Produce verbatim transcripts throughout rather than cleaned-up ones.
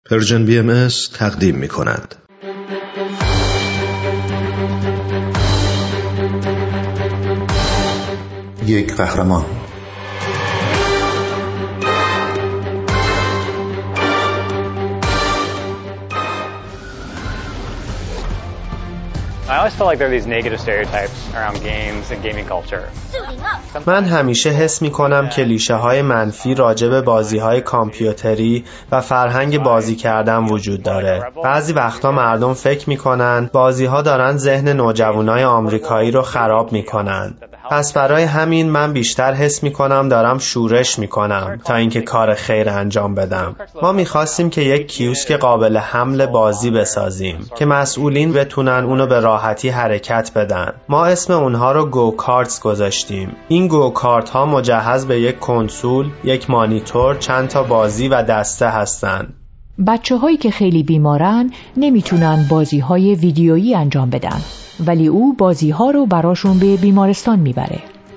پرژن بی ام اس تقدیم می کند. یک قهرمان. I always feel like there are these negative stereotypes around games and gaming culture. من همیشه حس می کنم کلیشه های منفی راجع به بازی های کامپیوتری و فرهنگ بازی کردن وجود داره. بعضی وقتا مردم فکر می کنن بازی ها دارن ذهن نوجوانای آمریکایی رو خراب می کنن. پس برای همین من بیشتر حس می کنم دارم شورش می کنم تا اینکه کار خیر انجام بدم. ما می خواستیم که یک کیوسک قابل حمل بازی بسازیم که مسئولین بتونن اونو به راحتی حرکت بدن. ما اسم اونها رو گو کارتس گذاشتیم. این گو کارت ها مجهز به یک کنسول، یک مانیتور، چند تا بازی و دسته هستن. بچه هایی که خیلی بیمارن نمیتونن بازی های ویدیویی انجام بدن، ولی او بازی ها رو براشون به بیمارستان میبره.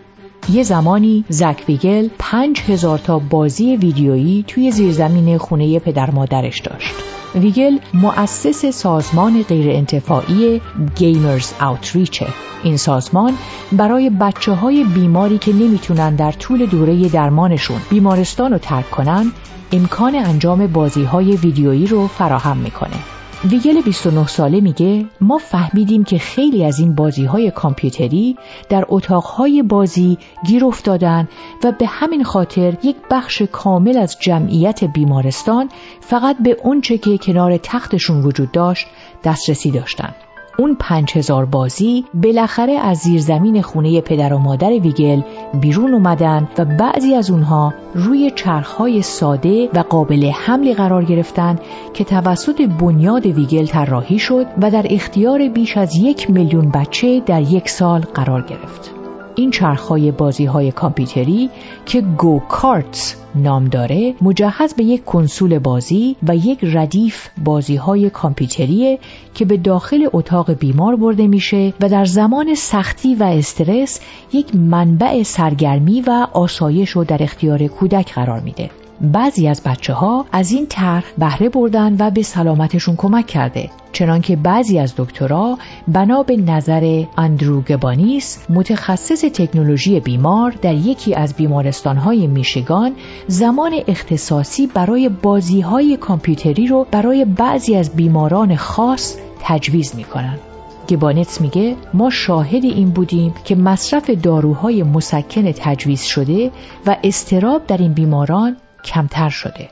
یه زمانی زک ویگل پنج هزار تا بازی ویدیویی توی زیرزمین خونه پدر مادرش داشت. ویگل مؤسس سازمان غیرانتفاعی گیمرز آوتریچه. این سازمان برای بچه‌های بیماری که نمیتونن در طول دوره درمانشون بیمارستان رو ترک کنن، امکان انجام بازی‌های ویدیویی رو فراهم میکنه. ویگل بیست و نه ساله میگه ما فهمیدیم که خیلی از این بازی‌های کامپیوتری در اتاق‌های بازی گیر افتادن و به همین خاطر یک بخش کامل از جمعیت بیمارستان فقط به اونچه که کنار تختشون وجود داشت دسترسی داشتن. اون پنج هزار بازی بالاخره از زیرزمین خونه پدر و مادر ویگل بیرون اومدن و بعضی از اونها روی چرخهای ساده و قابل حملی قرار گرفتن که توسط بنیاد ویگل طراحی شد و در اختیار بیش از یک میلیون بچه در یک سال قرار گرفت. این چرخهای بازی‌های کامپیوتری که گو کارتس نام داره مجهز به یک کنسول بازی و یک ردیف بازی‌های کامپیوتریه که به داخل اتاق بیمار برده میشه و در زمان سختی و استرس یک منبع سرگرمی و آسایش رو در اختیار کودک قرار میده. بعضی از بچه‌ها از این طرح بهره بردن و به سلامتشون کمک کرده، چنانکه بعضی از دکترها بنا به نظر اندرو گبانیس متخصص تکنولوژی بیمار در یکی از بیمارستان‌های میشیگان زمان اختصاصی برای بازی‌های کامپیوتری رو برای بعضی از بیماران خاص تجویز می‌کنن. گبانیس میگه ما شاهد این بودیم که مصرف داروهای مسکن تجویز شده و اضطراب در این بیماران کمتر شده.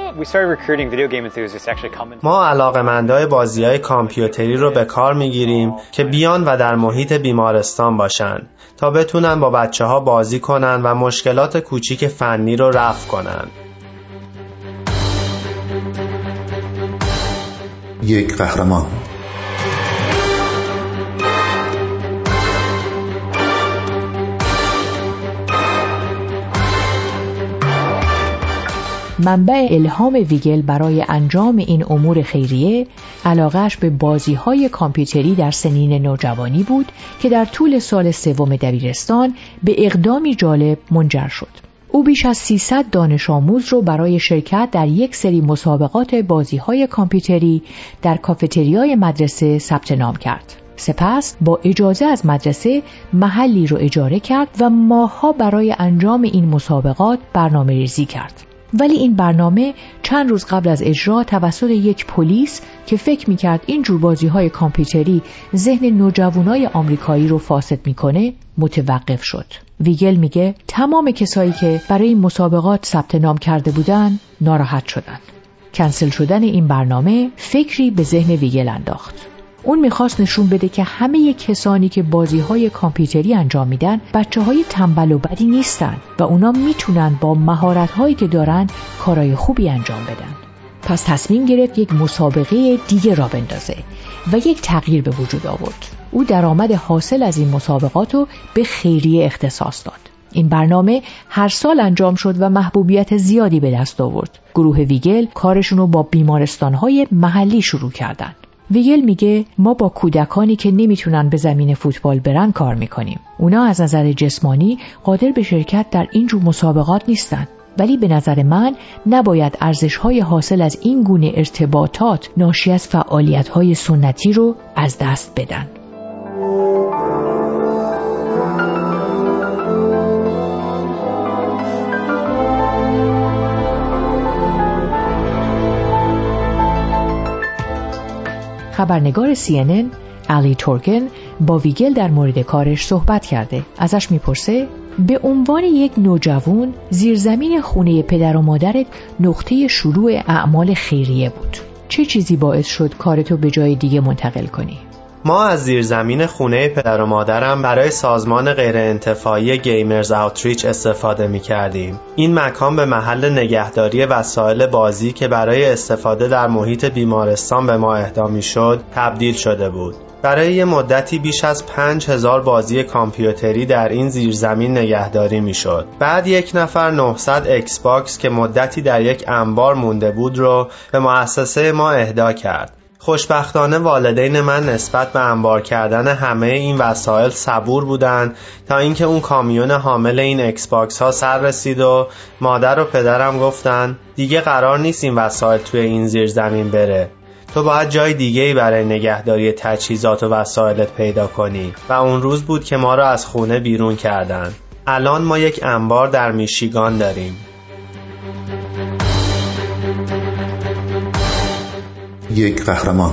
ما علاقه‌مندای بازی‌های کامپیوتری رو به کار می‌گیریم که بیان و در محیط بیمارستان باشن تا بتونن با بچه‌ها بازی کنن و مشکلات کوچیک فنی رو رفع کنن. یک قهرمان. منبع الهام ویگل برای انجام این امور خیریه علاقهش به بازی‌های کامپیوتری در سنین نوجوانی بود که در طول سال سوم دبیرستان به اقدامی جالب منجر شد. او بیش از سیصد دانش آموز رو برای شرکت در یک سری مسابقات بازی‌های کامپیوتری در کافتریای مدرسه ثبت نام کرد. سپس با اجازه از مدرسه محلی رو اجاره کرد و ماه‌ها برای انجام این مسابقات برنامه‌ریزی کرد. ولی این برنامه چند روز قبل از اجرا توسط یک پلیس که فکر می‌کرد این جور بازی‌های کامپیوتری ذهن نوجوانای آمریکایی رو فاسد می‌کنه متوقف شد. ویگل میگه تمام کسایی که برای این مسابقات ثبت نام کرده بودن ناراحت شدن. کنسل شدن این برنامه فکری به ذهن ویگل انداخت. اون میخواست نشون بده که همه کسانی که بازی‌های کامپیوتری انجام میدن بچه‌های تنبل و بدی نیستن و اونا میتونن با مهارت‌هایی که دارن کارهای خوبی انجام بدن. پس تصمیم گرفت یک مسابقه دیگه را بندازه و یک تغییر به وجود آورد. او درآمد حاصل از این مسابقات رو به خیریه اختصاص داد. این برنامه هر سال انجام شد و محبوبیت زیادی به دست آورد. گروه ویگل کارشون رو با بیمارستان‌های محلی شروع کردن. ویگل میگه ما با کودکانی که نمیتونن به زمین فوتبال برن کار میکنیم. اونا از نظر جسمانی قادر به شرکت در این جور مسابقات نیستن. ولی به نظر من نباید ارزش‌های حاصل از این گونه ارتباطات ناشی از فعالیت‌های سنتی رو از دست بدن. خبرنگار سی ان ان علی تورگن با ویگل در مورد کارش صحبت کرده. ازش میپرسه به عنوان یک نوجوان زیرزمین خونه پدر و مادرت نقطه شروع اعمال خیریه بود. چه چیزی باعث شد کارتو به جای دیگه منتقل کنی؟ ما از زیرزمین خونه پدر و مادرم برای سازمان غیرانتفاعی گیمرز آوتریچ استفاده می کردیم. این مکان به محل نگهداری وسایل بازی که برای استفاده در محیط بیمارستان به ما اهدا می شد تبدیل شده بود. برای یه مدتی بیش از پنج هزار بازی کامپیوتری در این زیرزمین نگهداری می شد. بعد یک نفر نهصد ایکس باکس که مدتی در یک انبار مونده بود رو به مؤسسه ما اهدا کرد. خوشبختانه والدین من نسبت به انبار کردن همه این وسایل صبور بودن تا اینکه اون کامیون حامل این ایکس باکس ها سر رسید و مادر و پدرم گفتن دیگه قرار نیست این وسایل توی این زیر زمین بره. تو باید جای دیگه‌ای برای نگهداری تجهیزات و وسایلت پیدا کنی و اون روز بود که ما را از خونه بیرون کردن. الان ما یک انبار در میشیگان داریم. یک قهرمان.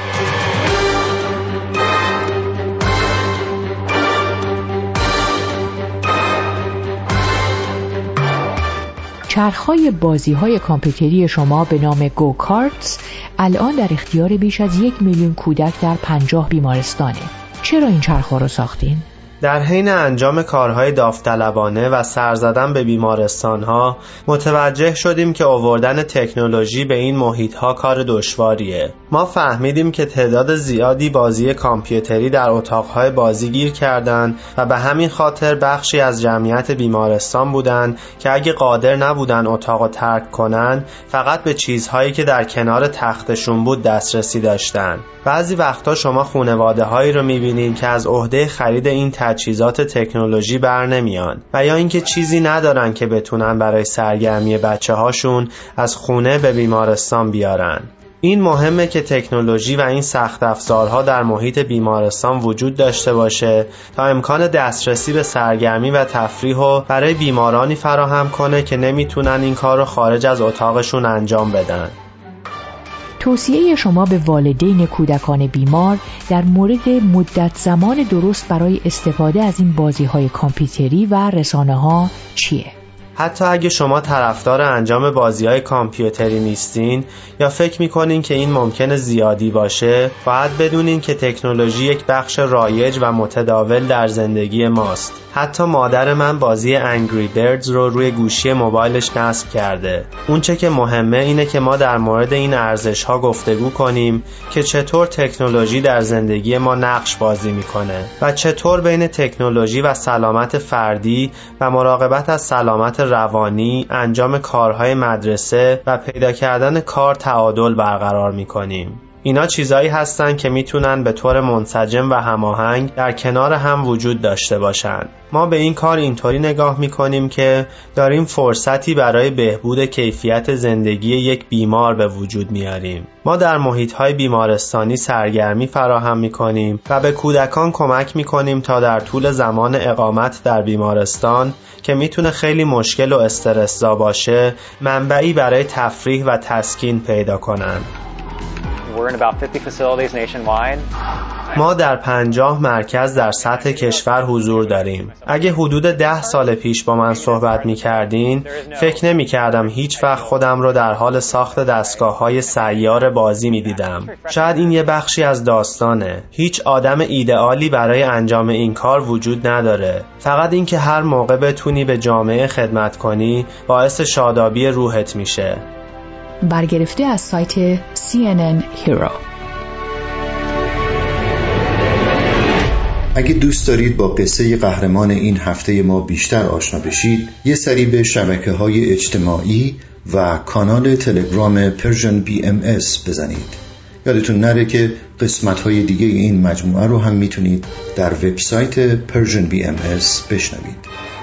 چرخ‌های بازی‌های کامپیوتری شما به نام گو کارتس الان در اختیار بیش از یک میلیون کودک در پنجاه بیمارستانه. چرا این چرخ‌ها رو ساختین؟ در حین انجام کارهای داوطلبانه و سر زدن به بیمارستان‌ها متوجه شدیم که آوردن تکنولوژی به این محیط‌ها کار دشواریه. ما فهمیدیم که تعداد زیادی بازی کامپیوتری در اتاق‌های بازی گیر کردن و به همین خاطر بخشی از جمعیت بیمارستان بودن که اگه قادر نبودن اتاقو ترک کنن فقط به چیزهایی که در کنار تختشون بود دسترسی داشتن. بعضی وقتا شما خانواده‌هایی رو می‌بینید که از عهده خرید این تجهیزات تکنولوژی بر نمیان و یا اینکه چیزی ندارن که بتونن برای سرگرمی بچه‌هاشون از خونه به بیمارستان بیارن. این مهمه که تکنولوژی و این سخت افزارها در محیط بیمارستان وجود داشته باشه تا امکان دسترسی به سرگرمی و تفریح رو برای بیمارانی فراهم کنه که نمیتونن این کار رو خارج از اتاقشون انجام بدن. توصیه شما به والدین کودکان بیمار در مورد مدت زمان درست برای استفاده از این بازی‌های کامپیوتری و رسانه‌ها چیه؟ حتی اگه شما طرفدار انجام بازی‌های کامپیوتری نیستین یا فکر می‌کنین که این ممکنه زیادی باشه، باید بدونین که تکنولوژی یک بخش رایج و متداول در زندگی ماست. حتی مادر من بازی انگری بردز رو روی گوشی موبایلش نصب کرده. اون چه که مهمه اینه که ما در مورد این ارزش‌ها گفتگو کنیم که چطور تکنولوژی در زندگی ما نقش بازی می‌کنه و چطور بین تکنولوژی و سلامت فردی و مراقبت از سلامت روانی، انجام کارهای مدرسه و پیدا کردن کار تعادل برقرار می‌کنیم. اینا چیزایی هستن که میتونن به طور منسجم و هماهنگ در کنار هم وجود داشته باشن. ما به این کار اینطوری نگاه میکنیم که داریم فرصتی برای بهبود کیفیت زندگی یک بیمار به وجود میاریم. ما در محیط‌های بیمارستانی سرگرمی فراهم میکنیم و به کودکان کمک میکنیم تا در طول زمان اقامت در بیمارستان که میتونه خیلی مشکل و استرس‌زا باشه، منبعی برای تفریح و تسکین پیدا کنن. We're in about fifty facilities nationwide. ما در پنجاه مرکز در سطح کشور حضور داریم. اگه حدود ده سال پیش با من صحبت می کردین، فکر نمی کردم هیچ وقت خودم رو در حال ساخت دستگاه های سیار بازی می دیدم. شاید این یه بخشی از داستانه. هیچ آدم ایدئالی برای انجام این کار وجود نداره. فقط این که هر موقع بتونی به جامعه خدمت کنی، باعث شادابی روحت میشه. برگرفته از سایت سی ان ان Hero. اگه دوست دارید با قصه قهرمان این هفته ما بیشتر آشنا بشید، یه سری به شبکه‌های اجتماعی و کانال تلگرام پرژن بی ام اس بزنید. یادتون نره که قسمت‌های دیگه این مجموعه رو هم میتونید در وبسایت پرژن بی ام اس بشنوید.